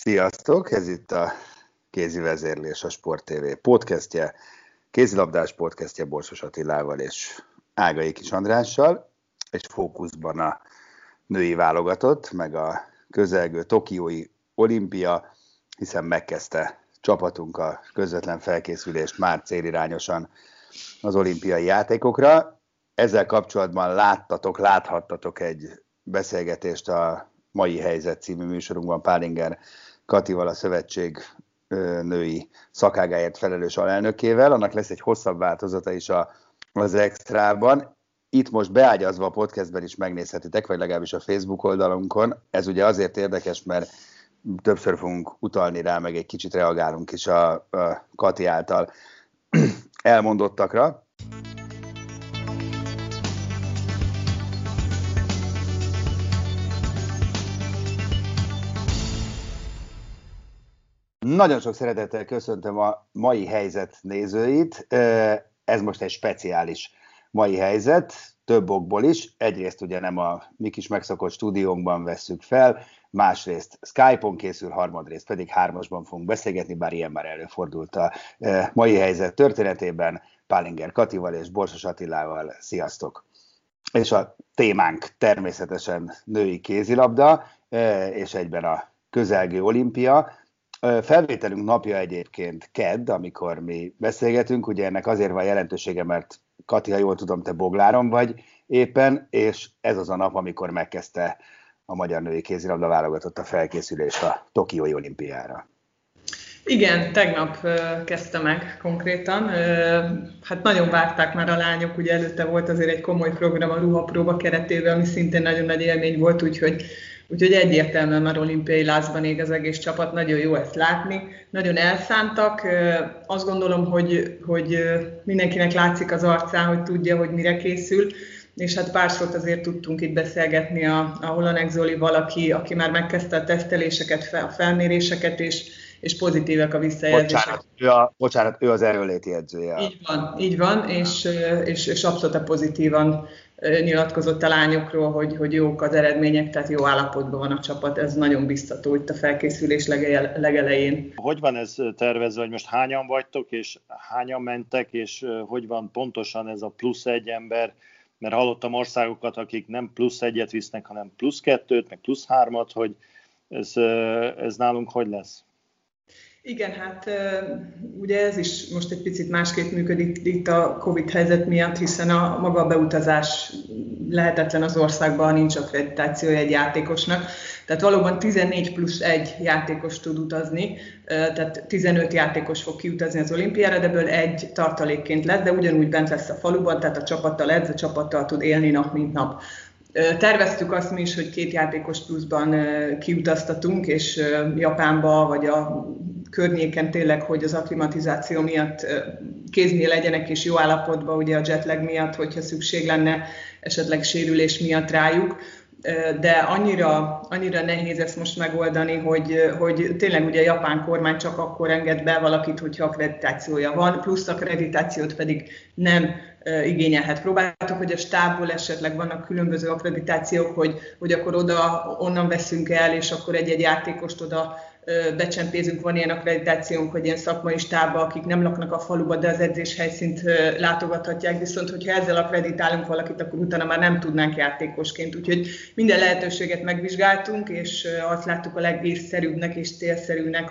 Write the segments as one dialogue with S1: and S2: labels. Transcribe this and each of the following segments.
S1: Sziasztok! Ez itt a Kézi Vezérlés, a Sport TV podcastje, kézilabdás podcastje Borsos Attilával és Ágai Kis Andrással, és fókuszban a női válogatott, meg a közelgő tokiói olimpia, hiszen megkezdte csapatunk a közvetlen felkészülést már célirányosan az olimpiai játékokra. Ezzel kapcsolatban láthattatok egy beszélgetést a Mai Helyzet című műsorunkban Pálinger Katival, a szövetség női szakágáért felelős alelnökével. Annak lesz egy hosszabb változata is az extrában. Itt most beágyazva a podcastben is megnézhetitek, vagy legalábbis a Facebook oldalunkon. Ez ugye azért érdekes, mert többször fogunk utalni rá, meg egy kicsit reagálunk is a Kati által elmondottakra. Nagyon sok szeretettel köszöntöm a Mai Helyzet nézőit. Ez most egy speciális Mai Helyzet, több okból is. Egyrészt ugye nem a mi kis megszokott stúdiónkban vesszük fel, másrészt Skype-on készül, harmadrészt pedig hármasban fogunk beszélgetni, bár ilyen már előfordult a Mai Helyzet történetében, Pálinger Katival és Borsos Attilával. Sziasztok! És a témánk természetesen női kézilabda, és egyben a közelgő olimpia. Felvételünk napja egyébként kedd, amikor mi beszélgetünk, ugye ennek azért van jelentősége, mert Kati, ha jól tudom, te Bogláron vagy éppen, és ez az a nap, amikor megkezdte a magyar női kézilabda válogatott a felkészülés a tokiói olimpiára.
S2: Igen, tegnap kezdte meg konkrétan. Hát nagyon várták már a lányok, ugye előtte volt azért egy komoly program a ruhapróba keretében, ami szintén nagyon nagy élmény volt, úgyhogy egyértelműen már olimpiai lázban ég az egész csapat, nagyon jó ezt látni. Nagyon elszántak, azt gondolom, hogy mindenkinek látszik az arcán, hogy tudja, hogy mire készül, és hát pár szót azért tudtunk itt beszélgetni a Holanek Zolival, aki már megkezdte a teszteléseket, a felméréseket, és pozitívek a visszajelzések.
S1: Bocsánat, ő az erőnléti edzője.
S2: Így van, és abszolút pozitívan nyilatkozott a lányokról, hogy jók az eredmények, tehát jó állapotban van a csapat, ez nagyon biztató itt a felkészülés legelején.
S3: Hogy van ez tervezve, hogy most hányan vagytok, és hányan mentek, és hogy van pontosan ez a plusz egy ember, mert hallottam országokat, akik nem plusz egyet visznek, hanem plusz kettőt, meg plusz hármat, hogy ez nálunk hogy lesz?
S2: Igen, hát ugye ez is most egy picit másképp működik itt a Covid helyzet miatt, hiszen a maga a beutazás lehetetlen az országban, nincs akkreditációja egy játékosnak. Tehát valóban 14 plusz 1 játékos tud utazni, tehát 15 játékos fog kiutazni az olimpiára, de ebből egy tartalékként lesz, de ugyanúgy bent lesz a faluban, tehát a csapattal edz, a csapattal tud élni nap mint nap. Terveztük azt mi is, hogy 2 játékos pluszban kiutaztatunk, és Japánba vagy a környéken tényleg, hogy az akklimatizáció miatt kéznél legyenek és jó állapotban, ugye a jetlag miatt, hogyha szükség lenne esetleg sérülés miatt rájuk. De annyira nehéz ezt most megoldani, hogy tényleg ugye a japán kormány csak akkor enged be valakit, hogyha akkreditációja van, plusz akkreditációt pedig nem igényelhet. Próbáltuk, hogy a stábból esetleg vannak különböző akkreditációk, hogy akkor onnan veszünk el, és akkor egy-egy játékost oda becsempézünk, van ilyen akkreditációnk, hogy ilyen szakmai stábba, akik nem laknak a faluba, de az edzés helyszínt látogathatják, viszont hogyha ezzel akkreditálunk valakit, akkor utána már nem tudnánk játékosként. Úgyhogy minden lehetőséget megvizsgáltunk, és azt láttuk a legészszerűbbnek és célszerűnek,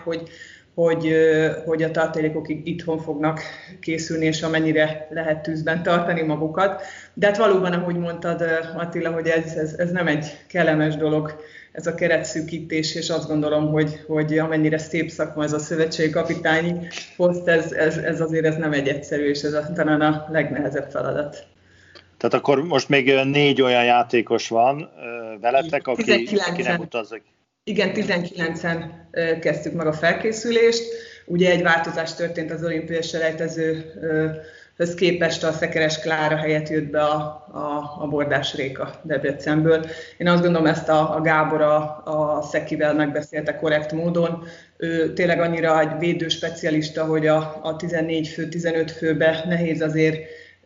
S2: hogy a tartalékok itthon fognak készülni, és amennyire lehet tűzben tartani magukat. De hát valóban, ahogy mondtad, Attila, hogy ez nem egy kellemes dolog, ez a keretszűkítés, és azt gondolom, hogy amennyire szép szakma ez a szövetségkapitányi poszt, ez azért nem egy egyszerű, és ez talán a legnehezebb feladat.
S3: Tehát akkor most még 4 olyan játékos van veletek, aki nem utazik.
S2: Igen, 19-en kezdtük meg a felkészülést. Ugye egy változás történt az olimpiai selejtezőhöz képest, a Szekeres Klára helyett jött be a Bordás Réka Debrecenből. Én azt gondolom, ezt a Gábor a Szekivel megbeszélte korrekt módon. Ő tényleg annyira egy védő specialista, hogy a 14 fő, 15 főbe nehéz azért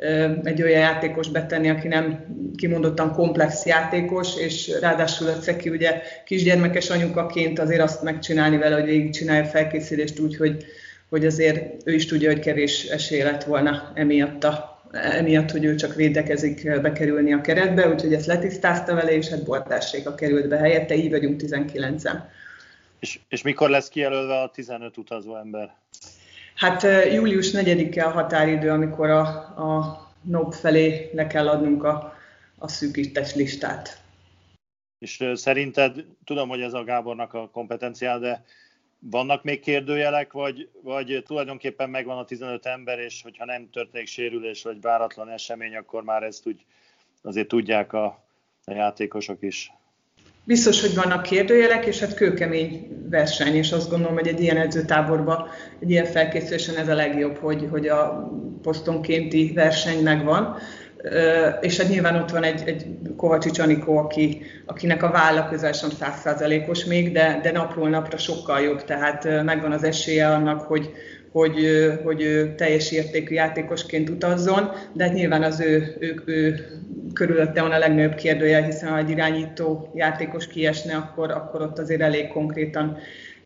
S2: egy olyan játékos betenni, aki nem kimondottan komplex játékos, és ráadásul a Ceki ugye kisgyermekes anyukaként azért azt megcsinálni vele, hogy végigcsinálja a felkészülést úgy, hogy azért ő is tudja, hogy kevés esély lett volna emiatt, hogy ő csak védekezik bekerülni a keretbe, úgyhogy ezt letisztázta vele, és hát Bordásséga került be helyette, így vagyunk 19-en.
S3: És mikor lesz kijelölve a 15 utazó ember?
S2: Hát július 4-e a határidő, amikor a NOB felé le kell adnunk a szűkítés listát.
S3: És szerinted, tudom, hogy ez a Gábornak a kompetenciál, de vannak még kérdőjelek, vagy tulajdonképpen megvan a 15 ember, és hogyha nem történik sérülés vagy váratlan esemény, akkor már ezt azért tudják a játékosok is?
S2: Biztos, hogy vannak kérdőjelek, és hát kőkemény verseny, és azt gondolom, hogy egy ilyen edzőtáborban, egy ilyen felkészülésen ez a legjobb, hogy a posztonkénti verseny megvan. És hát nyilván ott van egy Kovacsics Anikó, akinek a válla közel sem 100%-os még, de napról napra sokkal jobb, tehát megvan az esélye annak, hogy ő teljes értékű játékosként utazzon, de hát nyilván az ő körülötte van a legnagyobb kérdője, hiszen ha egy irányító játékos kiesne, akkor ott azért elég konkrétan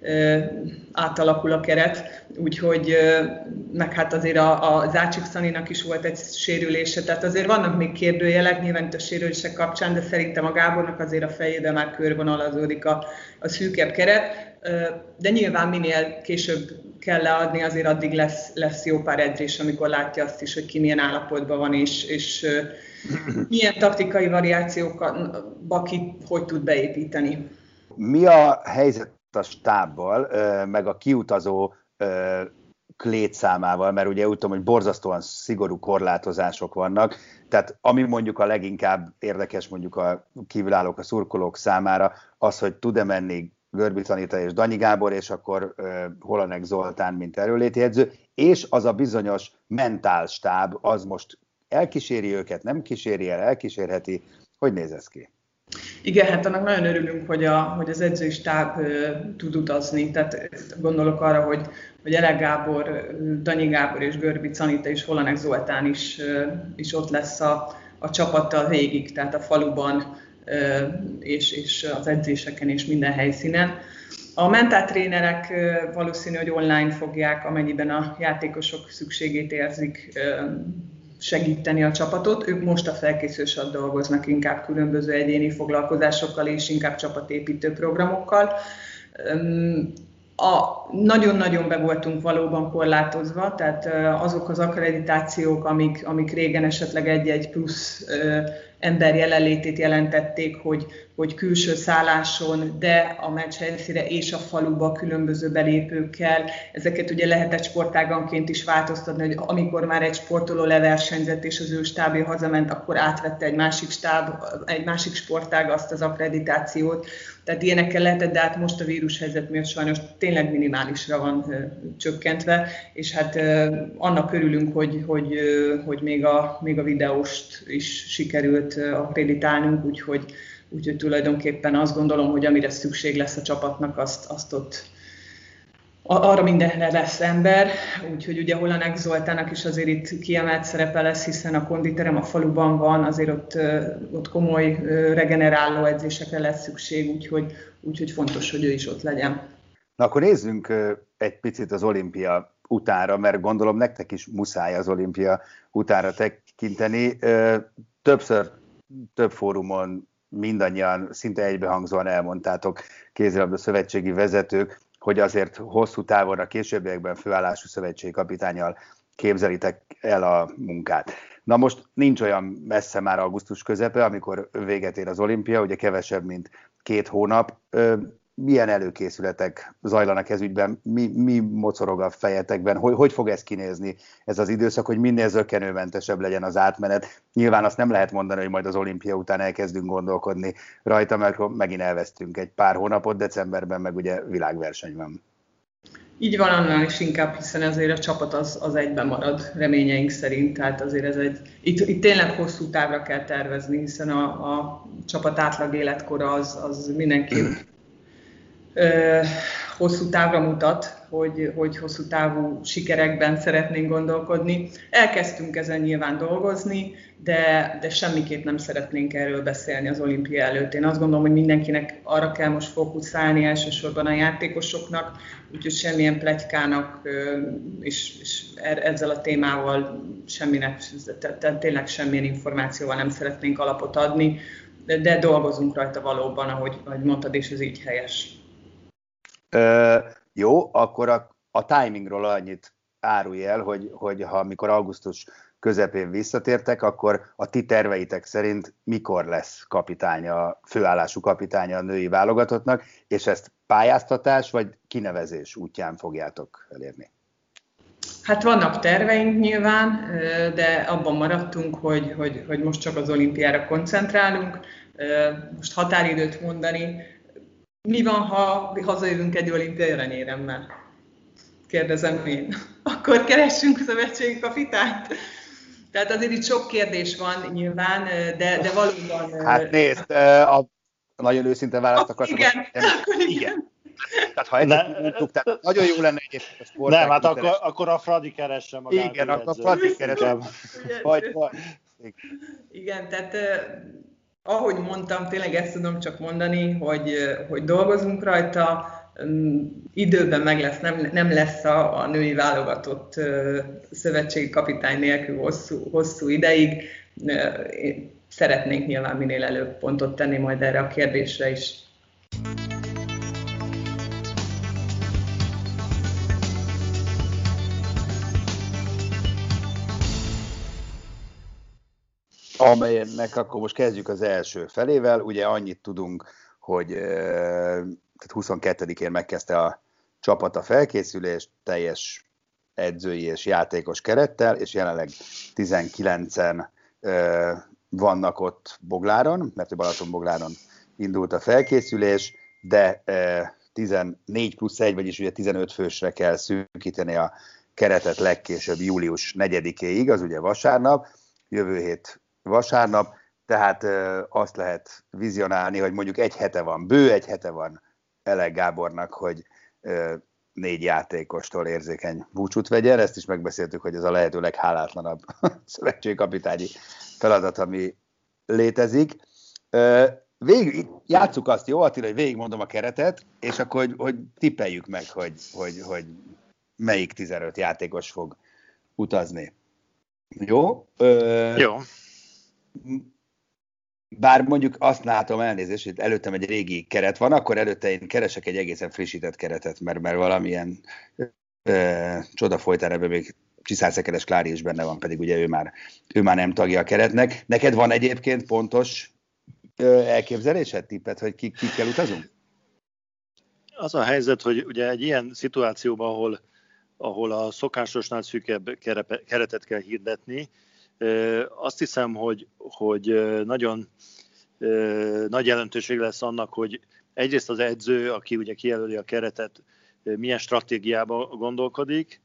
S2: átalakul a keret, úgyhogy meg hát azért a Zácsik Szaninak is volt egy sérülése, tehát azért vannak még kérdőjelek nyilván itt a sérülések kapcsán, de szerintem a Gábornak azért a fejében már körvonalazódik a szűkebb keret, de nyilván minél később kell leadni, azért addig lesz jó pár edzés, amikor látja azt is, hogy ki milyen állapotban van, és milyen taktikai variációkba ki hogy tud beépíteni.
S1: Mi a helyzet a stábbal, meg a kiutazó létszámával, mert ugye úgy tudom, hogy borzasztóan szigorú korlátozások vannak, tehát ami mondjuk a leginkább érdekes mondjuk a kívülállók, a szurkolók számára, az, hogy tud-e menni Görbic Anita és Danyi Gábor, és akkor Holanek Zoltán, mint erőléti edző, és az a bizonyos mentálstáb, az most elkíséri őket, nem kíséri el, elkísérheti, hogy néz ez ki?
S2: Igen, hát annak nagyon örülünk, hogy az edzői stáb tud utazni, tehát gondolok arra, hogy Elek Gábor, Danyi Gábor és Görbic Anita és Holanek Zoltán is ott lesz a csapattal végig, tehát a faluban és az edzéseken és minden helyszínen. A mentáltrénerek valószínű, hogy online fogják, amennyiben a játékosok szükségét érzik, segíteni a csapatot. Ők most a felkészülés alatt dolgoznak inkább különböző egyéni foglalkozásokkal és inkább csapatépítő programokkal. Nagyon-nagyon be voltunk valóban korlátozva, tehát azok az akkreditációk, amik régen esetleg egy-egy plusz ember jelenlétét jelentették, hogy külső szálláson, de a meccs helyszínre és a faluba különböző belépőkkel. Ezeket ugye lehetett sportáganként is változtatni, hogy amikor már egy sportoló leversenyzett és az ő stábja hazament, akkor átvette egy másik sportág azt az akkreditációt. Tehát ilyenekkel lehetett, de hát most a vírushelyzet miatt sajnos tényleg minimálisra van csökkentve, és hát annak örülünk, hogy még a videóst is sikerült akkreditálnunk, úgyhogy tulajdonképpen azt gondolom, hogy amire szükség lesz a csapatnak, azt ott arra mindenre lesz ember, úgyhogy ugye Holanek Zoltának is azért itt kiemelt szerepe lesz, hiszen a konditerem a faluban van, azért ott komoly regeneráló edzésekre lesz szükség, úgyhogy fontos, hogy ő is ott legyen.
S1: Na akkor nézzünk egy picit az olimpia utára, mert gondolom nektek is muszáj az olimpia utára tekinteni. Többször, több fórumon mindannyian szinte egybehangzóan elmondtátok, kézilabda szövetségi vezetők, hogy azért hosszú távon a későbbiekben főállású szövetségi kapitánnyal képzelitek el a munkát. Na most nincs olyan messze már augusztus közepe, amikor véget ér az olimpia, ugye kevesebb, mint 2 hónap. Milyen előkészületek zajlanak ez ügyben? Mi mocorog a fejetekben? Hogy fog ez kinézni, ez az időszak, hogy minél zökkenőmentesebb legyen az átmenet? Nyilván azt nem lehet mondani, hogy majd az olimpia után elkezdünk gondolkodni rajta, mert megint elvesztünk egy pár hónapot, decemberben meg ugye világverseny van.
S2: Így van, annál is inkább, hiszen azért a csapat az egyben marad reményeink szerint, tehát azért itt tényleg hosszú távra kell tervezni, hiszen a csapat átlag életkora az mindenképp hosszú távra mutat, hogy hosszú távú sikerekben szeretnénk gondolkodni. Elkezdtünk ezen nyilván dolgozni, de semmiképp nem szeretnénk erről beszélni az olimpia előtt. Én azt gondolom, hogy mindenkinek arra kell most fókuszálni, elsősorban a játékosoknak, úgyhogy semmilyen pletykának és ezzel a témával tényleg semmilyen információval nem szeretnénk alapot adni, de dolgozunk rajta valóban, ahogy mondtad, és ez így helyes.
S1: Jó, akkor a timingról annyit árulj el, hogy ha amikor augusztus közepén visszatértek, akkor a ti terveitek szerint mikor lesz kapitánya, főállású kapitánya a női válogatottnak, és ezt pályáztatás vagy kinevezés útján fogjátok elérni?
S2: Hát vannak terveink nyilván, de abban maradtunk, hogy most csak az olimpiára koncentrálunk. Most határidőt mondani. Mi van, ha hazajövünk egy olimpiai aranyéremmel? Kérdezem én. Akkor keressünk szövetségi kapitányt? Tehát azért itt sok kérdés van nyilván, de valóban...
S1: Hát nézd, nagyon őszinte választ akartam.
S2: Igen.
S1: Tehát ha egyet mondtuk, tehát nagyon jó lenne egyébként a sportág.
S3: Nem, hát akkor a Fradi keresse magát.
S1: Igen, akkor a Fradi keresse.
S2: Igen, tehát ahogy mondtam, tényleg ezt tudom csak mondani, hogy dolgozunk rajta, időben meg lesz, nem lesz a női válogatott szövetségi kapitány nélkül hosszú ideig. Szeretnénk nyilván minél előbb pontot tenni majd erre a kérdésre is.
S1: Amelynek akkor most kezdjük az első felével. Ugye annyit tudunk, hogy tehát 22-én megkezdte a csapat a felkészülést teljes edzői és játékos kerettel, és jelenleg 19-en vannak ott Bogláron, mert Balatonbogláron indult a felkészülés, de 14 plusz 1, vagyis ugye 15 fősre kell szűkíteni a keretet legkésőbb július 4-éig, az ugye vasárnap, jövő hét vasárnap, tehát azt lehet vizionálni, hogy mondjuk egy hete van Elek Gábornak, hogy 4 játékostól érzékeny búcsút vegyen. Ezt is megbeszéltük, hogy ez a lehető leghálátlanabb szövetségkapitányi feladat, ami létezik. Játsszuk azt, jó Attila, hogy végigmondom a keretet, és akkor hogy tippeljük meg, hogy melyik 15 játékos fog utazni. Jó?
S3: Jó.
S1: Bár mondjuk azt látom, elnézést, hogy előttem egy régi keret van, akkor előtte én keresek egy egészen frissített keretet, mert valamilyen csoda folytán ebben még Csiszár-Szekeres Klári is benne van, pedig ugye ő már nem tagja a keretnek. Neked van egyébként pontos elképzelésed, tippet, hogy kikkel utazunk?
S3: Az a helyzet, hogy ugye egy ilyen szituációban, ahol a szokásosnál szűkebb keretet kell hirdetni, azt hiszem, hogy nagyon nagy jelentőség lesz annak, hogy egyrészt az edző, aki ugye kijelöli a keretet, milyen stratégiába gondolkodik,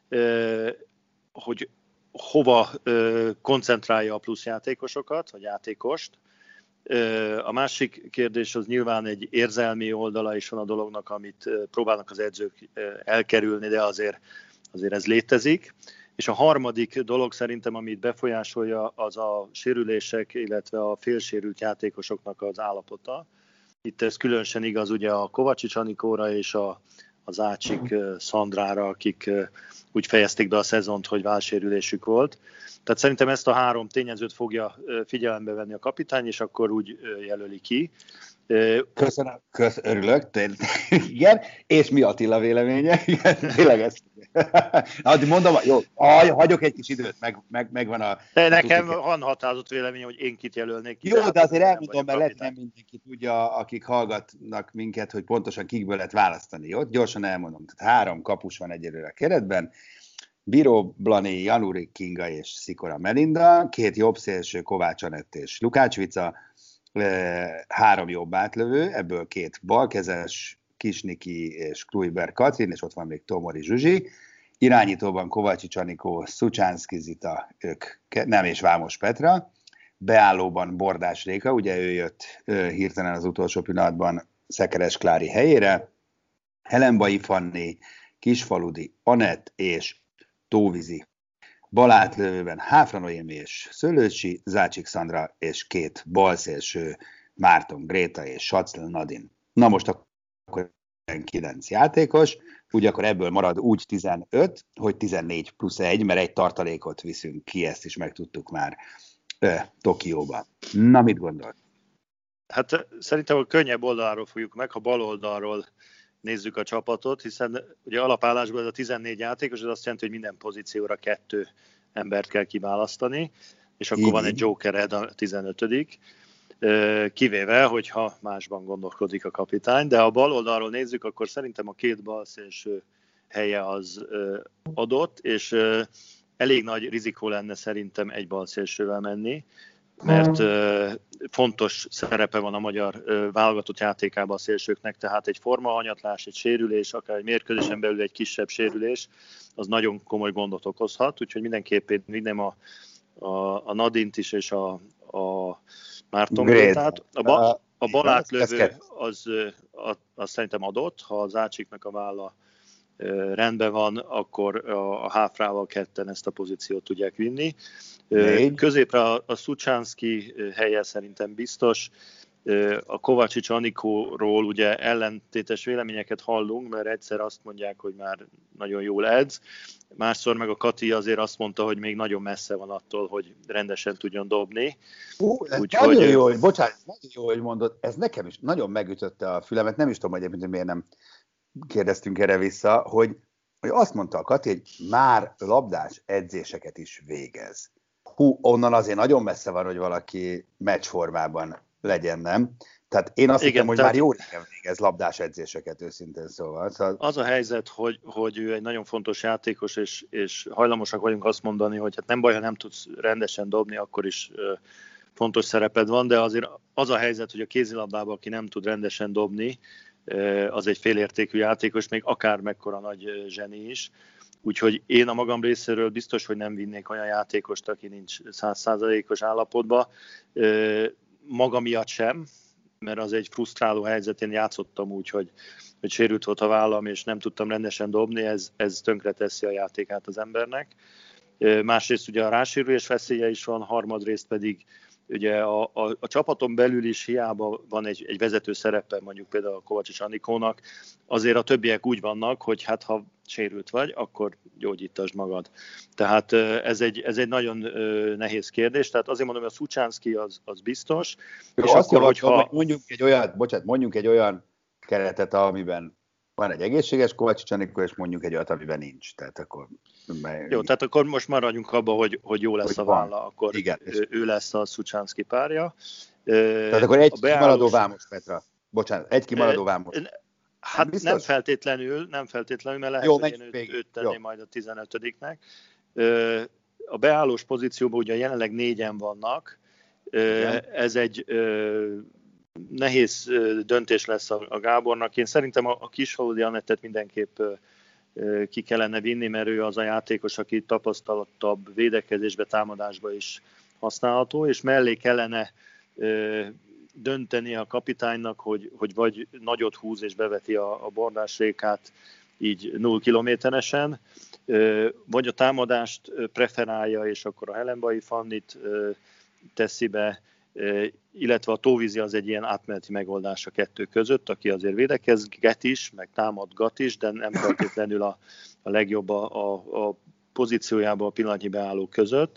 S3: hogy hova koncentrálja a plusz játékosokat, vagy játékost. A másik kérdés az nyilván egy érzelmi oldala is van a dolognak, amit próbálnak az edzők elkerülni, de azért ez létezik. És a harmadik dolog szerintem, amit befolyásolja, az a sérülések, illetve a félsérült játékosoknak az állapota. Itt ez különösen igaz ugye a Kovacsics Anikóra és az Ácsik Szandrára, akik úgy fejezték be a szezont, hogy válsérülésük volt. Tehát szerintem ezt a 3 tényezőt fogja figyelembe venni a kapitány, és akkor úgy jelöli ki.
S1: Köszönöm, örülök. Igen, és mi Attila véleménye? Igen, tényleg ezt. Addig mondom, jó, hagyok egy kis időt, megvan a...
S3: De nekem van határozott vélemény, hogy én kit jelölnék ki.
S1: Jó, de azért elmondom, mert lehet nem mindenki tudja, akik hallgatnak minket, hogy pontosan kikből lehet választani. Jó, gyorsan elmondom. Tehát 3 kapus van egyelőre a keretben. Bíró Blani, Januri Kinga és Szikora Melinda, 2 jobbszélső, Kovács Anett és Lukács Vica, 3 jobb átlövő, ebből 2 balkezes, Kisniki és Kluiber Katrin, és ott van még Tomori Zsuzsi. Irányítóban Kovacsics Anikó, Szucsánszki Zita, ők nem, és Vámos Petra. Beállóban Bordás Réka, ugye ő jött hirtelen az utolsó pillanatban Szekeres Klári helyére. Helenbai Fanni, Kisfaludi Anett és Tóvizi. Balátlövőben Háfra Noémi és Szőlősi, Zácsik Szandra és 2 balszélső, Márton Gréta és Sacl Nadin. Na most akkor 9 játékos, úgy akkor ebből marad úgy 15, hogy 14 plusz 1, mert egy tartalékot viszünk ki, ezt is megtudtuk már Tokióban. Na, mit gondol?
S3: Hát szerintem a könnyebb oldaláról fogjuk meg, ha bal oldalról nézzük a csapatot, hiszen ugye alapállásban ez a 14 játékos, ez azt jelenti, hogy minden pozícióra 2 embert kell kiválasztani, és akkor van egy jokered a 15. Kivéve, hogyha másban gondolkodik a kapitány, de ha bal oldalról nézzük, akkor szerintem a 2 balszélső helye az adott, és elég nagy rizikó lenne szerintem egy balszélsővel menni, mert fontos szerepe van a magyar válogatott játékában a szélsőknek, tehát egy formahanyatlás, egy sérülés, akár egy mérkőzésen belül egy kisebb sérülés, az nagyon komoly gondot okozhat, úgyhogy mindenképpen vinném a Nadint is és a Márton Grétát. A balátlövő az szerintem adott, ha az Ácsiknak a válla rendben van, akkor a Háfrával ketten ezt a pozíciót tudják vinni. Középre a Szucsánszky helye szerintem biztos. A Kovácsics Anikóról ugye ellentétes véleményeket hallunk, mert egyszer azt mondják, hogy már nagyon jól edz, másszor meg a Kati azért azt mondta, hogy még nagyon messze van attól, hogy rendesen tudjon dobni.
S1: Nagyon jó, nagyon jó, hogy mondod, ez nekem is nagyon megütötte a fülemet, nem is tudom egyébként, miért nem kérdeztünk erre vissza, hogy azt mondta a Kati, hogy már labdás edzéseket is végez. Onnan azért nagyon messze van, hogy valaki meccsformában legyen, nem? Tehát én azt hittem, hogy már jó régen végez labdás edzéseket, őszintén szóval.
S3: Az a helyzet, hogy ő egy nagyon fontos játékos, és hajlamosak vagyunk azt mondani, hogy hát nem baj, ha nem tudsz rendesen dobni, akkor is fontos szereped van, de azért az a helyzet, hogy a kézilabdában, aki nem tud rendesen dobni, az egy félértékű játékos, még akár mekkora nagy zseni is. Úgyhogy én a magam részéről biztos, hogy nem vinnék olyan játékost, aki nincs 100%-os állapotban. Maga miatt sem, mert az egy frusztráló helyzet. Én játszottam úgy, hogy sérült volt a vállam, és nem tudtam rendesen dobni, ez tönkreteszi a játékát az embernek. Másrészt ugye a rásérülés veszélye is van, harmadrészt pedig ugye a csapaton belül is hiába van egy vezető szerepe, mondjuk például a Kovácsics Anikónak, azért a többiek úgy vannak, hogy hát ha sérült vagy, akkor gyógyítasd magad. Tehát ez egy nagyon nehéz kérdés, tehát azért mondom, hogy a Szucsánszky az biztos.
S1: És azt akkor, hogyha... mondjunk egy olyan keretet, amiben van egy egészséges Kovácsics Anikó, és mondjuk egy olyat, amiben nincs. Tehát akkor...
S3: Jó, tehát akkor most maradjunk abban, hogy jó lesz a válla, akkor igen, ő lesz a Szucsánszky párja.
S1: Tehát akkor egy kimaradó Vámos Petra. Egy kimaradó Vámos.
S3: Hát biztos? Nem feltétlenül, mert lehet, jó, hogy én őt tenném majd a 15-nek. A beállós pozícióban ugye jelenleg 4-en vannak. Ez egy nehéz döntés lesz a Gábornak. Én szerintem a Kisfaludi Anettet mindenképp ki kellene vinni, mert ő az a játékos, aki tapasztaltabb védekezésbe, támadásba is használható, és mellé kellene dönteni a kapitánynak, hogy vagy nagyot húz és beveti a bordásrékát így 0 kilométeresen, vagy a támadást preferálja, és akkor a Helenbai Fannit teszi be, illetve a Tóvizi az egy ilyen átmeneti megoldás a kettő között, aki azért védekezget is, meg támadgat is, de nem feltétlenül a legjobb a pozíciójában a pillanatnyi beálló között.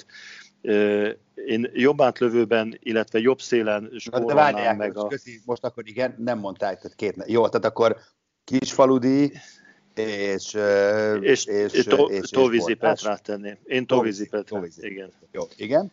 S3: Én jobb átlövőben, illetve jobb szélen spórolnám meg a...
S1: Most akkor igen, nem mondták, tehát jó, tehát akkor Kisfaludi és
S3: Tóvizi Petrát tenném. Én Tóvizi Petrát, igen.
S1: Jó, igen.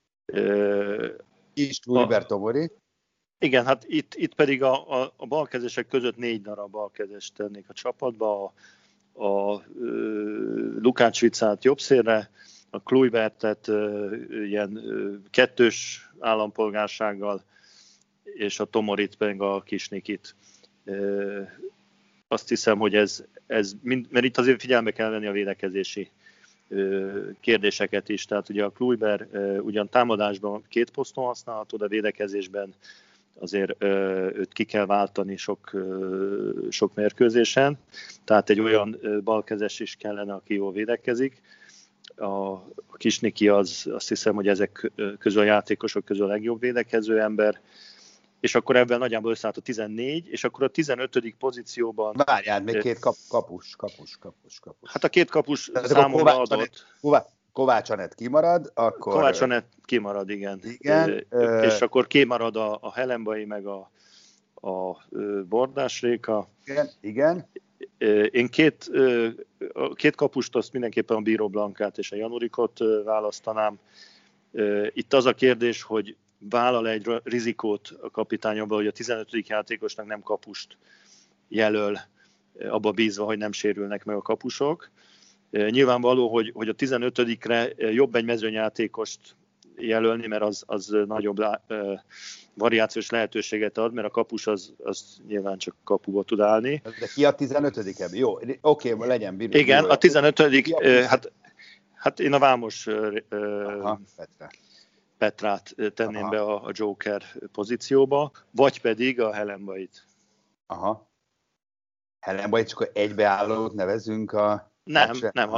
S1: És Kluiber Tomori.
S3: Igen, hát itt pedig a balkezesek között 4 darab balkezest tennék a csapatba, a Lukács Vicát jobb szélre, a Kluibertet ilyen 2-s állampolgársággal, és a Tomorit meg a Kisnikit. Azt hiszem, hogy ez mert itt azért figyelme kell venni a védekezési kérdéseket is. Tehát ugye a Kluiber ugyan támadásban 2 poszton használható, de védekezésben azért őt ki kell váltani sok mérkőzésen, tehát egy olyan balkezes is kellene, aki jól védekezik. A Kisniki azt hiszem, hogy ezek közül a játékosok közül a legjobb védekező ember, és akkor ebben nagyjából összeállt a 14, és akkor a 15. pozícióban...
S1: Várjál, még két kapus.
S3: Hát a két kapus számomra adott.
S1: Kovács Anett kimarad, akkor...
S3: Kovács Anett kimarad, igen. És akkor kimarad a Helenbai, meg a Bordás Réka.
S1: Igen.
S3: Én két kapust, azt mindenképpen a Bíró Blankát és a Janurikot választanám. Itt az a kérdés, hogy vállal egy rizikót a kapitány abban, hogy a 15. játékosnak nem kapust jelöl, abba bízva, hogy nem sérülnek meg a kapusok. Nyilvánvaló, hogy a 15-re jobb egy mezőnyjátékost jelölni, mert az nagyobb variációs lehetőséget ad, mert a kapus az nyilván csak kapuba tud állni.
S1: De ki a 15-ebb? Jó, oké, legyen Bíró.
S3: Igen, a 15. Hát én a Vámos Petrát tenném be a Joker pozícióba, vagy pedig a Helenbait.
S1: Aha. Helenbait, csak egybeállót nevezünk a...
S3: Nem.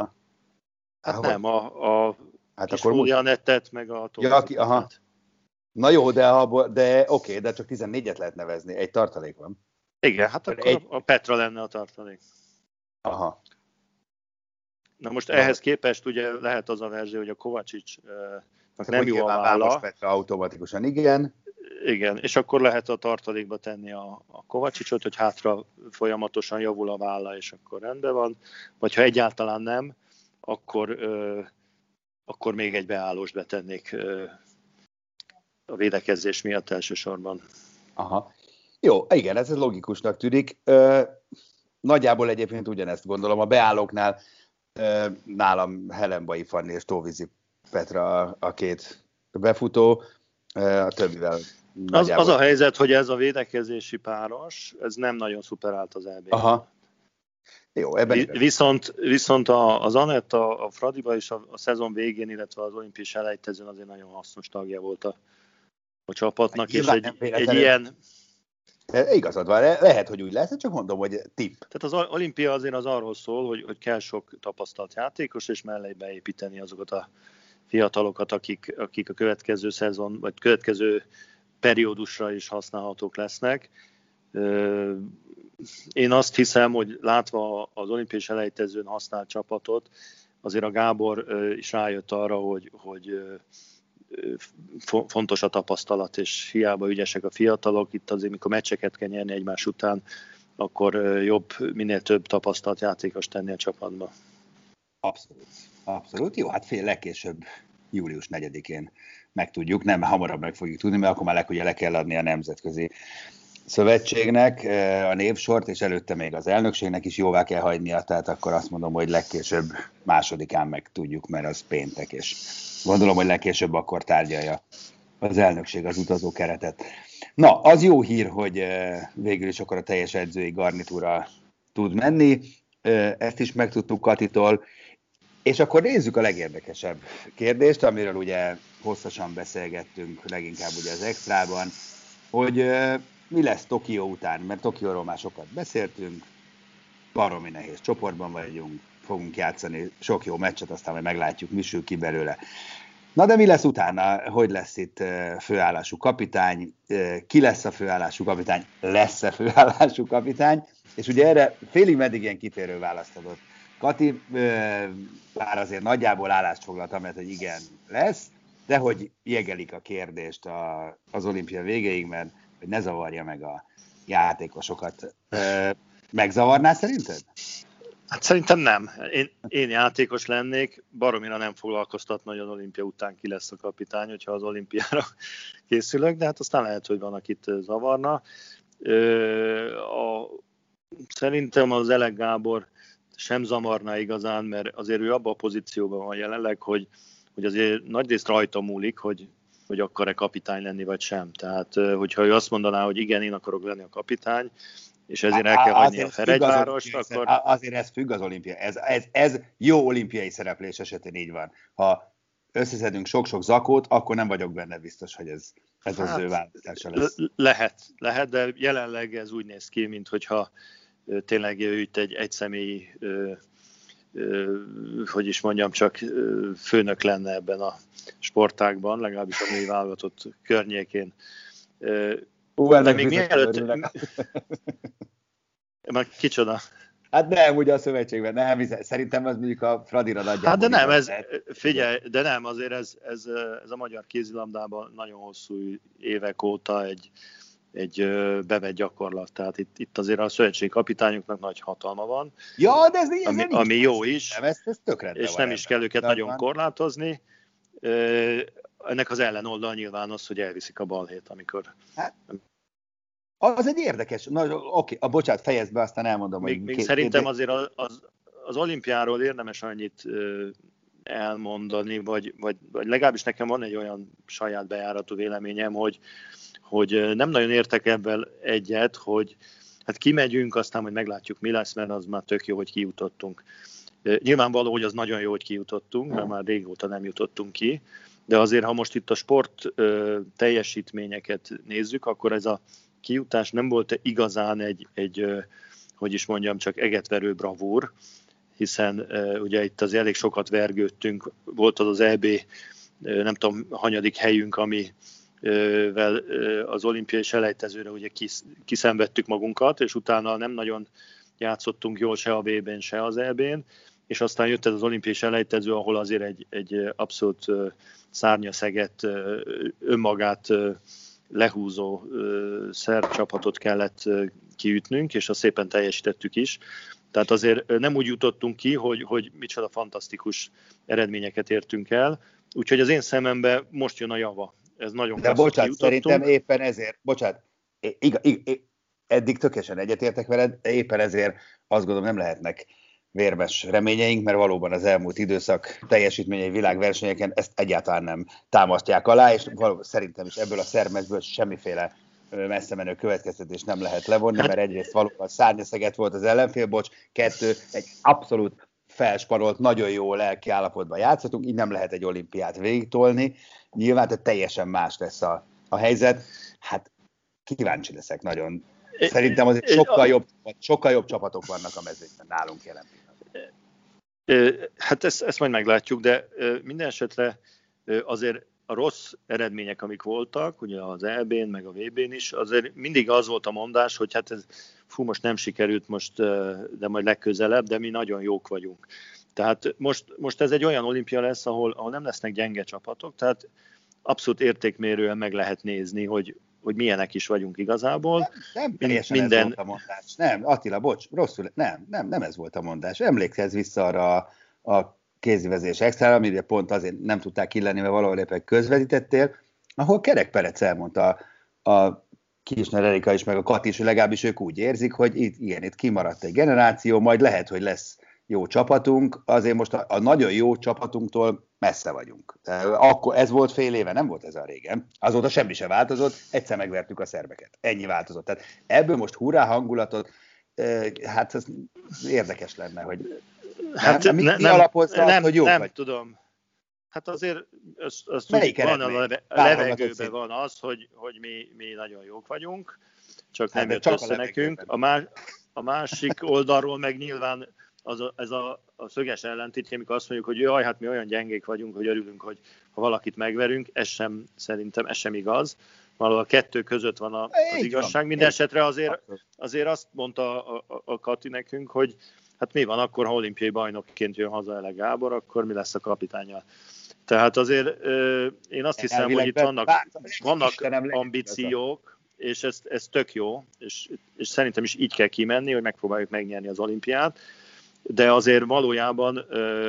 S3: Hát kis Fúlianettet, meg a
S1: Tomászat. Na jó, de oké, de csak 14-et lehet nevezni, egy tartalék van.
S3: Igen, hát akkor a Petra lenne a tartalék.
S1: Aha.
S3: Na most ehhez képest ugye lehet az a verzió, hogy a Kovácsicsnak nem jó a válla.
S1: Vámos Petra automatikusan, igen.
S3: Igen, és akkor lehet a tartalékba tenni a Kovácsicsot, hogy hátra folyamatosan javul a válla, és akkor rendben van. Vagy ha egyáltalán nem, akkor még egy beállóst betennék a védekezés miatt elsősorban.
S1: Aha. Jó, igen, ez logikusnak tűnik. Nagyjából egyébként ugyanezt gondolom. A beállóknál nálam Helenbai Fanni és Tóvízi Petra a két befutó, a többivel nagyjából.
S3: Az a helyzet, hogy ez a védekezési páros, ez nem nagyon szuperált az EB-ben.
S1: Aha. Jó,
S3: viszont az Anett a Fradiba is a szezon végén, illetve az olimpiai selejtezőn azért nagyon hasznos tagja volt a csapatnak, és egy ilyen...
S1: Igazad van, lehet, hogy úgy lesz, csak mondom, hogy tipp.
S3: Tehát az olimpia azért az arról szól, hogy kell sok tapasztalt játékos, és mellé beépíteni azokat a fiatalokat, akik a következő szezon, vagy következő periódusra is használhatók lesznek. Én azt hiszem, hogy látva az olimpiai selejtezőn használt csapatot, azért a Gábor is rájött arra, hogy fontos a tapasztalat, és hiába ügyesek a fiatalok, itt azért, mikor meccseket kell nyerni egymás után, akkor jobb minél több tapasztalt játékos tenni a csapatba.
S1: Abszolút. Jó, hát legkésőbb július 4-én megtudjuk, nem hamarabb meg fogjuk tudni, mert akkor már ugye le kell adni a Nemzetközi Szövetségnek a névsort, és előtte még az elnökségnek is jóvá kell hagynia, tehát akkor azt mondom, hogy legkésőbb 2-án meg tudjuk, mert az péntek, és gondolom, hogy legkésőbb akkor tárgyalja az elnökség az utazókeretet. Na, az jó hír, hogy végül is akkor a teljes edzői garnitúra tud menni, ezt is megtudtuk Katitól, és akkor nézzük a legérdekesebb kérdést, amiről ugye hosszasan beszélgettünk, leginkább ugye az extrában, hogy mi lesz Tokió után, mert Tokióról már sokat beszéltünk, baromi nehéz csoportban vagyunk, fogunk játszani sok jó meccset, aztán majd meglátjuk, mi sül ki belőle. Na de mi lesz utána? Hogy lesz itt főállású kapitány? Ki lesz a főállású kapitány? Lesz-e főállású kapitány? És ugye erre félig meddig ilyen kitérő választ adott Kati, bár azért nagyjából állást foglalt, amelyet, hogy igen, lesz, de hogy jegelik a kérdést az olimpia végéig, mert hogy ne zavarja meg a játékosokat. Megzavarná szerinted?
S3: Hát szerintem nem. Én játékos lennék, baromira nem foglalkoztatna, hogy az olimpia után ki lesz a kapitány, hogyha az olimpiára készülök, de hát aztán lehet, hogy van, akit zavarna. Szerintem az Elek Gábor sem zavarná igazán, mert azért ő abban a pozícióban van jelenleg, hogy azért nagyrészt rajta múlik, hogy akar-e kapitány lenni, vagy sem. Tehát, hogyha ő azt mondaná, hogy igen, én akarok lenni a kapitány, és ezért el kell hagyni a Feregyvárost, akkor...
S1: Azért ez függ az olimpia. Ez jó olimpiai szereplés esetén így van. Ha összeszedünk sok-sok zakót, akkor nem vagyok benne biztos, hogy ez Ez az ő választása lesz.
S3: Lehet, de jelenleg ez úgy néz ki, mintha tényleg ő itt egy egyszemélyi, hogy is mondjam, csak főnök lenne ebben a sportágban, legalábbis a női válogatott környékén.
S1: De még mielőtt...
S3: Kicsoda?
S1: Hát nem, ugye a szövetségben, nem, szerintem az mondjuk a Fradira nagyjából.
S3: Hát de nem, figyelj, de nem, azért ez a magyar kézilabdában nagyon hosszú évek óta egy bevett gyakorlat, tehát itt azért a szövetségi kapitányoknak nagy hatalma van,
S1: ja, de ez
S3: ami jó is,
S1: nem, ez tök rendben
S3: és nem is kell őket nagyon korlátozni. Ennek az ellenoldal nyilván az, hogy elviszik a balhét, amikor...
S1: Hát, az egy érdekes, oké, bocsánat, fejezd be, aztán elmondom.
S3: Még szerintem azért az olimpiáról érdemes annyit elmondani, vagy legalábbis nekem van egy olyan saját bejáratú véleményem, hogy nem nagyon értek ebben egyet, hogy hát kimegyünk, aztán majd meglátjuk, mi lesz, mert az már tök jó, hogy kijutottunk. Nyilvánvaló, hogy az nagyon jó, hogy kijutottunk, mert már régóta nem jutottunk ki, de azért, ha most itt a sport teljesítményeket nézzük, akkor ez a kijutás nem volt igazán egy hogy is mondjam, csak egetverő bravúr, hiszen ugye itt az elég sokat vergődtünk, volt az EB, nem tudom, hanyadik helyünk, amivel az olimpiai selejtezőre ugye kiszenvedtük magunkat, és utána nem nagyon játszottunk jól se a VB-n, se az EB-n, és aztán jött ez az olimpiai selejtező, ahol azért egy abszolút szárnyaszeget, önmagát lehúzó szerb-csapatot kellett kiütnünk, és azt szépen teljesítettük is. Tehát azért nem úgy jutottunk ki, hogy micsoda fantasztikus eredményeket értünk el. Úgyhogy az én szememben most jön a java. Ez nagyon
S1: de bocsánat, szerintem éppen ezért, eddig tökéletesen egyetértek veled, éppen ezért azt gondolom nem lehetnek vérmes reményeink, mert valóban az elmúlt időszak teljesítményei világversenyeken ezt egyáltalán nem támasztják alá, és szerintem is ebből a szermesből semmiféle messze menő következtetés nem lehet levonni, mert egyrészt valóban szárnyaszeget volt az ellenfél, 2, egy abszolút felsparolt, nagyon jó lelki állapotban játszottunk, így nem lehet egy olimpiát végigtolni. Nyilván tehát teljesen más lesz a helyzet. Hát kíváncsi leszek nagyon. Szerintem azért sokkal jobb csapatok vannak a mezőnyben nálunk jelen pillanatban.
S3: Hát ezt majd meglátjuk, de minden esetre azért a rossz eredmények, amik voltak, ugye az EB-n, meg a VB-n is, azért mindig az volt a mondás, hogy hát ez, most nem sikerült, de majd legközelebb, de mi nagyon jók vagyunk. Tehát most ez egy olyan olimpia lesz, ahol nem lesznek gyenge csapatok, tehát abszolút értékmérően meg lehet nézni, hogy milyenek is vagyunk igazából.
S1: Nem teljesen ez volt a mondás. Nem, Attila, bocs, rosszul, nem ez volt a mondás. Emlékezz vissza arra a kézivezés extra, amire pont azért nem tudták illeni, mert valahol éppen közvetítettél, ahol Kerek Perec elmondta a Kirchner Erika is, meg a Kati is, legalábbis ők úgy érzik, hogy itt kimaradt egy generáció, majd lehet, hogy lesz jó csapatunk, azért most a nagyon jó csapatunktól messze vagyunk. Akkor ez volt fél éve, nem volt ez a régen. Azóta semmi se változott, egyszer megvertük a szerbeket. Ennyi változott. Tehát ebből most hurrá hangulatot, hát ez érdekes lenne, hogy mi alapozza azt, hogy jók
S3: nem
S1: vagy?
S3: Tudom. Hát azért azt van a levegőben van az, hogy mi nagyon jók vagyunk, csak nem jött össze nekünk. A másik oldalról meg nyilván ez a szöges ellentétje, amikor azt mondjuk, hogy jaj, hát mi olyan gyengék vagyunk, hogy örülünk, hogy ha valakit megverünk, szerintem ez sem igaz. Valahol a kettő között van az igazság. Mindenesetre azért azt mondta a Kati nekünk, hogy hát mi van akkor, ha olimpiai bajnokként jön haza Ele Gábor, akkor mi lesz a kapitánnyal. Tehát azért én azt hiszem, hogy itt vannak ambíciók, és ez tök jó, és szerintem is így kell kimenni, hogy megpróbáljuk megnyerni az olimpiát, de azért valójában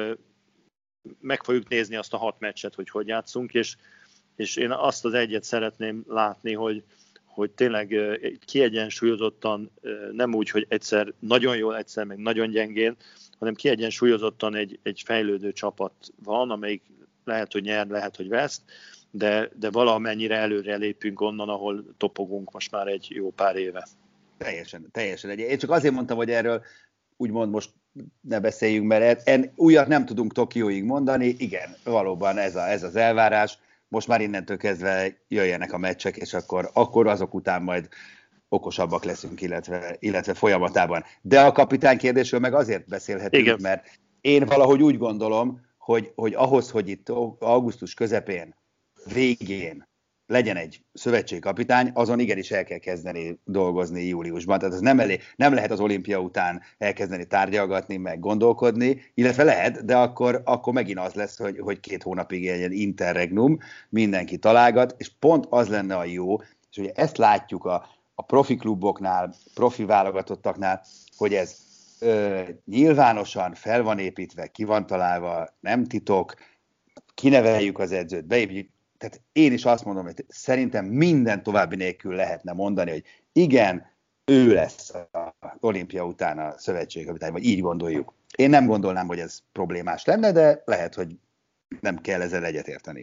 S3: meg fogjuk nézni azt a 6 meccset, hogy játszunk, és én azt az egyet szeretném látni, hogy tényleg kiegyensúlyozottan, nem úgy, hogy egyszer nagyon jól, egyszer meg nagyon gyengén, hanem kiegyensúlyozottan egy fejlődő csapat van, amelyik lehet, hogy nyer, lehet, hogy veszt, de valamennyire előre lépünk onnan, ahol topogunk most már egy jó pár éve.
S1: Teljesen. Én csak azért mondtam, hogy erről úgymond most ne beszéljünk, mert újat nem tudunk Tokióig mondani. Igen, valóban ez az elvárás. most már innentől kezdve jöjjenek a meccsek, és akkor azok után majd okosabbak leszünk, illetve folyamatában. De a kapitány kérdésről meg azért beszélhetünk, igen, mert én valahogy úgy gondolom, hogy ahhoz, hogy itt augusztus közepén, végén legyen egy szövetségkapitány, azon igenis el kell kezdeni dolgozni júliusban. Tehát ez nem lehet az olimpia után elkezdeni tárgyalgatni, meg gondolkodni, illetve lehet, de akkor megint az lesz, hogy 2 hónapig egy interregnum, mindenki találgat, és pont az lenne a jó, és ugye ezt látjuk a profi kluboknál, profi válogatottaknál, hogy ez nyilvánosan fel van építve, ki van találva, nem titok, kineveljük az edzőt, beépítjük. Tehát én is azt mondom, hogy szerintem minden további nélkül lehetne mondani, hogy igen, ő lesz az olimpia után a szövetségkapitány, vagy így gondoljuk. Én nem gondolnám, hogy ez problémás lenne, de lehet, hogy nem kell ezzel egyetérteni.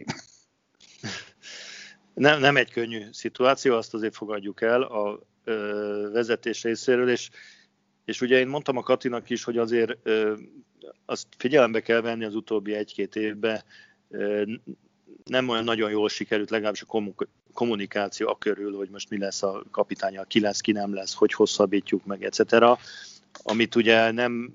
S3: Nem egy könnyű szituáció, azt azért fogadjuk el a vezetés részéről, és ugye én mondtam a Katinak is, hogy azért azt figyelembe kell venni az utóbbi 1-2 évben, nem olyan nagyon jól sikerült, legalábbis a kommunikáció körül, hogy most mi lesz a kapitánnyal, ki lesz, ki nem lesz, hogy hosszabbítjuk meg, etc. Amit ugye nem,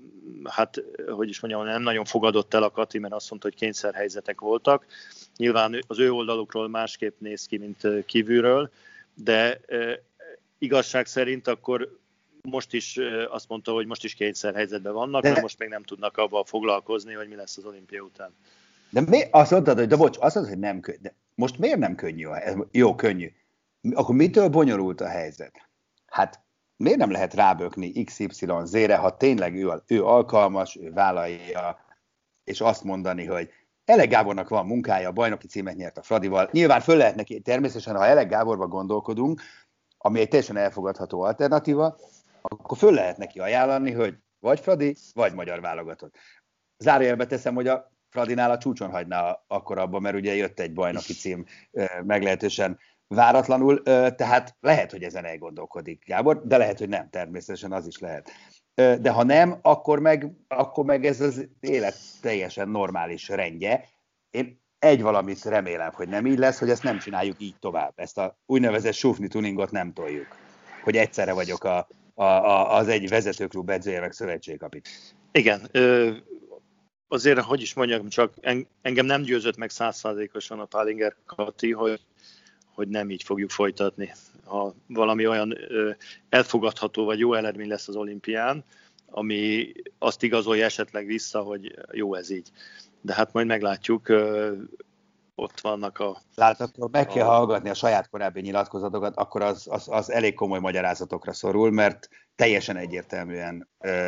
S3: nem nagyon fogadott el a Kati, mert azt mondta, hogy kényszerhelyzetek voltak. Nyilván az ő oldalukról másképp néz ki, mint kívülről, de igazság szerint akkor most is azt mondta, hogy most is kényszerhelyzetben vannak, de most még nem tudnak abban foglalkozni, hogy mi lesz az olimpia után.
S1: De azt mondtad, hogy nem könnyű. De most miért nem könnyű? Jó, könnyű. Akkor mitől bonyolult a helyzet? Hát miért nem lehet rábökni XYZ-re, ha tényleg ő alkalmas, ő vállalja, és azt mondani, hogy Elek Gábornak van munkája, a bajnoki címet nyert a Fradival. Nyilván föl lehet neki, természetesen, ha Elek Gáborba gondolkodunk, ami egy teljesen elfogadható alternatíva, akkor föl lehet neki ajánlani, hogy vagy Fradi, vagy magyar válogatott. Zárójelbe teszem, hogy a Fradinál a csúcson hagyná akkor abban, mert ugye jött egy bajnoki cím meglehetősen váratlanul, tehát lehet, hogy ezen elgondolkodik Gábor, de lehet, hogy nem, természetesen az is lehet. De ha nem, akkor meg ez az élet teljesen normális rendje. Én egy valamit remélem, hogy nem így lesz, hogy ezt nem csináljuk így tovább. Ezt a úgynevezett sufni tuningot nem toljuk, hogy egyszerre vagyok az egy vezetőklub edzője, meg szövetségkapitány.
S3: Igen, azért, hogy is mondjam, csak engem nem győzött meg 100%-osan a Pálinger Kati, hogy nem így fogjuk folytatni. Ha valami olyan elfogadható vagy jó eredmény lesz az olimpián, ami azt igazolja esetleg vissza, hogy jó ez így. De hát majd meglátjuk, ott vannak
S1: Látod, meg kell hallgatni a saját korábbi nyilatkozatokat, akkor az elég komoly magyarázatokra szorul, mert teljesen egyértelműen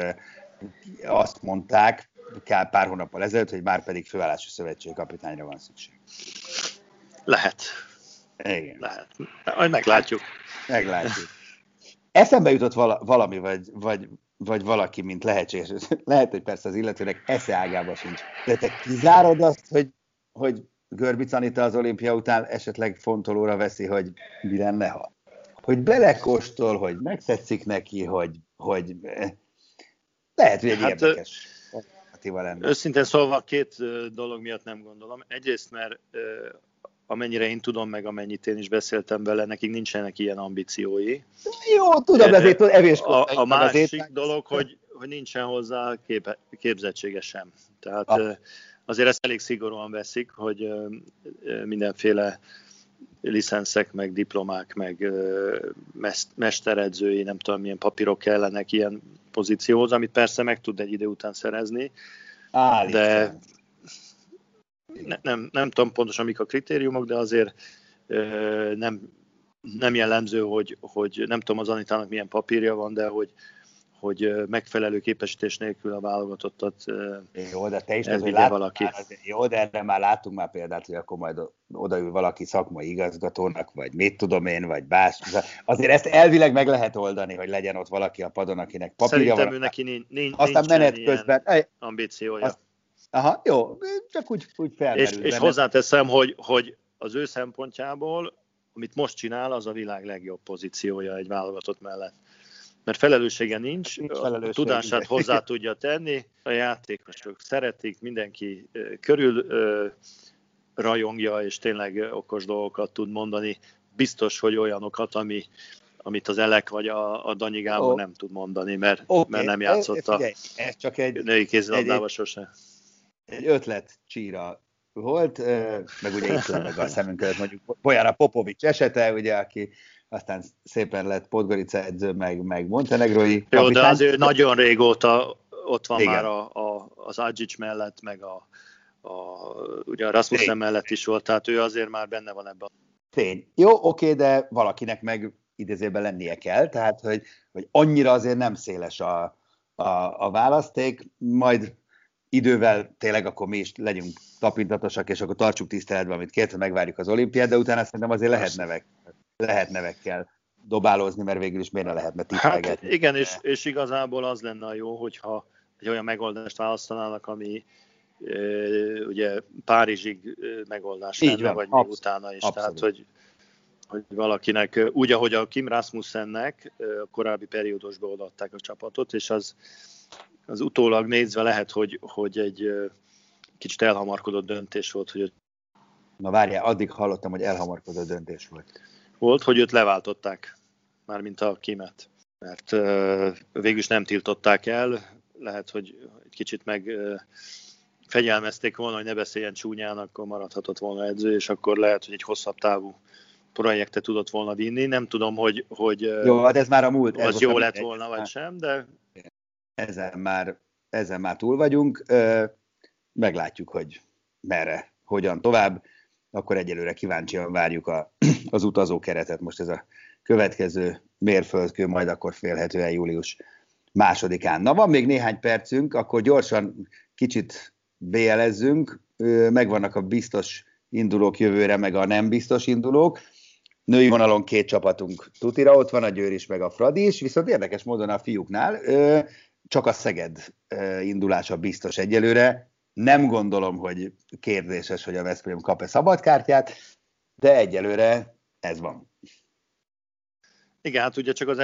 S1: azt mondták pár hónappal ezelőtt, hogy már pedig főállási szövetségkapitányra van szükség.
S3: Lehet.
S1: Igen.
S3: Lehet. Majd meglátjuk.
S1: Meglátjuk. Eszembe jutott valami, vagy valaki, mint lehetséges. Lehet, hogy persze az illetőnek esze ágába sincs. De te kizárod azt, hogy Görbic Anita az olimpia után esetleg fontolóra veszi, hogy mi lenne, ha? Hogy belekóstol, hogy megtetszik neki, hogy lehet, hogy egy érdekes alternatíva lenne.
S3: Őszintén szólva 2 dolog miatt nem gondolom. Egyrészt, mert amennyire én tudom, meg amennyit én is beszéltem vele, nekik nincsenek ilyen ambíciói.
S1: Jó, tudom, ezért evéskodni.
S3: A másik dolog, hogy nincsen hozzá képzettsége sem. Tehát azért ezt elég szigorúan veszik, hogy mindenféle licenszek, meg diplomák, meg mesteredzői, nem tudom milyen papírok kellenek ilyen pozícióhoz, amit persze meg tud egy idő után szerezni, de nem tudom pontosan mik a kritériumok, de azért nem jellemző, hogy nem tudom az Anitának milyen papírja van, de hogy megfelelő képesítés nélkül a válogatottat
S1: jó, de te is
S3: valaki.
S1: Jó, de erre már láttunk már példát, hogy akkor majd odaül valaki szakmai igazgatónak, vagy mit tudom én, vagy bás. Azért ezt elvileg meg lehet oldani, hogy legyen ott valaki a padon, akinek papírja van.
S3: Szerintem ő neki
S1: aztán menet közben
S3: ambíciója.
S1: Aha, jó, csak úgy felmerül.
S3: És hozzáteszem, hogy az ő szempontjából, amit most csinál, az a világ legjobb pozíciója egy válogatott mellett. Mert felelőssége nincs, a tudását hozzá tudja tenni, a játékosok szeretik, mindenki körül rajongja, és tényleg okos dolgokat tud mondani. Biztos, hogy olyanokat, amit az Elek vagy a Danyi Gábor nem tud mondani, mert nem játszott
S1: ez csak egy
S3: női kézilabdában sose.
S1: Egy ötlet csíra volt, meg ugye itt meg a szemünk előtt mondjuk Bojana Popovics esete, ugye, aki aztán szépen lett Podgorica edző, meg montenegrói kapitány.
S3: Jó, de azért nagyon régóta ott van. Igen. Már az Adzsics mellett, meg ugye a Rasmussen mellett is volt, tehát ő azért már benne van ebben.
S1: Tény. Jó, oké, de valakinek meg idézőben lennie kell, tehát hogy annyira azért nem széles a választék, majd idővel tényleg akkor mi is legyünk tapintatosak, és akkor tartsuk tiszteletben, amit kért, megvárjuk az olimpiát, de utána szerintem azért lehet nevekkel dobálózni, mert végül is miért ne lehetne tippelgetni.
S3: Hát igen, és igazából az lenne a jó, hogyha egy olyan megoldást választanának, ami ugye Párizsig megoldás lenne, vagy még utána is.
S1: Abszolút.
S3: Tehát, hogy valakinek, úgy, ahogy a Kim Rasmussennek a korábbi periódusban odaadták a csapatot, és az utólag nézve lehet, hogy egy kicsit elhamarkodott döntés volt.
S1: Na várjál, addig hallottam, hogy elhamarkodott döntés volt.
S3: Volt, hogy őt leváltották, mármint a Kimet, mert végül is nem tiltották el, lehet, hogy egy kicsit meg fegyelmezték volna, hogy ne beszéljen csúnyán, akkor maradhatott volna edző, és akkor lehet, hogy egy hosszabb távú projektet tudott volna vinni. Nem tudom, hogy
S1: jó, hát ez már a múlt.
S3: Az jó lett volna, vagy sem, de...
S1: Ezen már túl vagyunk. Meglátjuk, hogy merre, hogyan tovább. Akkor egyelőre kíváncsian várjuk az utazókeretet. Most ez a következő mérföldkő, majd akkor félhetően július 2-án. Na, van még néhány percünk, akkor gyorsan kicsit BL-ezzünk. Megvannak a biztos indulók jövőre, meg a nem biztos indulók. Női vonalon 2 csapatunk tutira, ott van a Győr is, meg a Fradi is, viszont érdekes módon a fiúknál csak a Szeged indulása biztos egyelőre. Nem gondolom, hogy kérdéses, hogy a Veszprém kap-e szabadkártyát, de egyelőre ez van.
S3: Igen, hát ugye csak az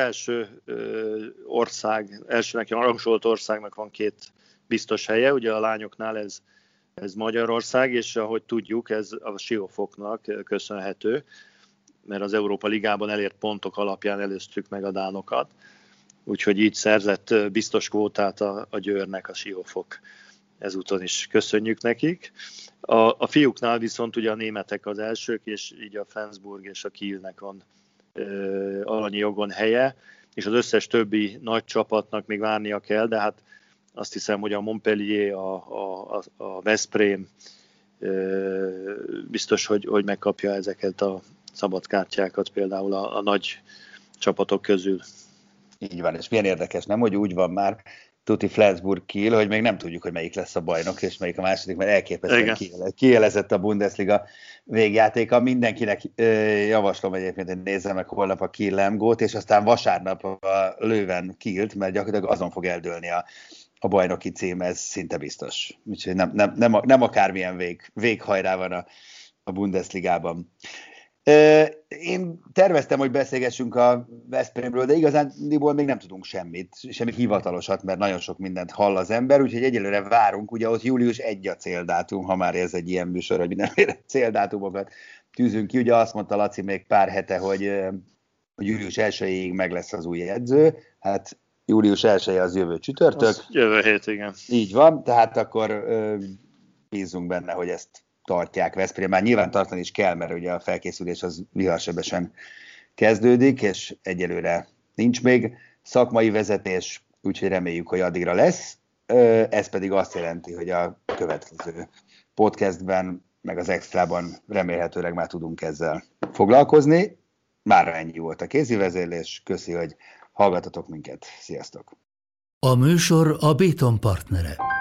S3: elsőnek rangsolt országnak van 2 biztos helye, ugye a lányoknál ez Magyarország, és ahogy tudjuk, ez a Siófoknak köszönhető, mert az Európa Ligában elért pontok alapján előztük meg a dánokat, úgyhogy így szerzett biztos kvótát a Győrnek a Siófok. Ezúton is köszönjük nekik. A fiúknál viszont ugye a németek az elsők, és így a Flensburg és a Kielnek van alanyi jogon helye, és az összes többi nagy csapatnak még várnia kell, de hát azt hiszem, hogy a Montpellier, a Veszprém biztos, hogy megkapja ezeket a szabadkártyákat például a nagy csapatok közül.
S1: Így van, és milyen érdekes, nem, hogy úgy van már tuti Flensburg Kiel, hogy még nem tudjuk, hogy melyik lesz a bajnok, és melyik a második, mert elképesztően kielezett a Bundesliga végjátéka. Mindenkinek javaslom egyébként, hogy nézze meg holnap a Kiel Lemgót, és aztán vasárnap a Löwen Kielt, mert gyakorlatilag azon fog eldőlni a bajnoki cím, ez szinte biztos. Úgyhogy nem akármilyen véghajrá van a Bundesligában. Én terveztem, hogy beszélgessünk a Veszprémről, de igazándiból még nem tudunk semmi hivatalosat, mert nagyon sok mindent hall az ember, úgyhogy egyelőre várunk, ugye ott július 1 a céldátum, ha már ez egy ilyen műsor, hogy mindenféle céldátumokat tűzünk ki. Ugye azt mondta Laci még pár hete, hogy július 1-ig meg lesz az új edző, hát július 1 az jövő csütörtök. Az
S3: jövő hét, igen.
S1: Így van, tehát akkor bízunk benne, hogy ezt tartják Veszprém. Már nyilván tartani is kell, mert ugye a felkészülés az viharsebesen kezdődik, és egyelőre nincs még szakmai vezetés, úgyhogy reméljük, hogy addigra lesz. Ez pedig azt jelenti, hogy a következő podcastben, meg az extrában remélhetőleg már tudunk ezzel foglalkozni. Mára ennyi volt a kézivezérlés. Köszi, hogy hallgatatok minket. Sziasztok!
S4: A műsor a Béton partnere.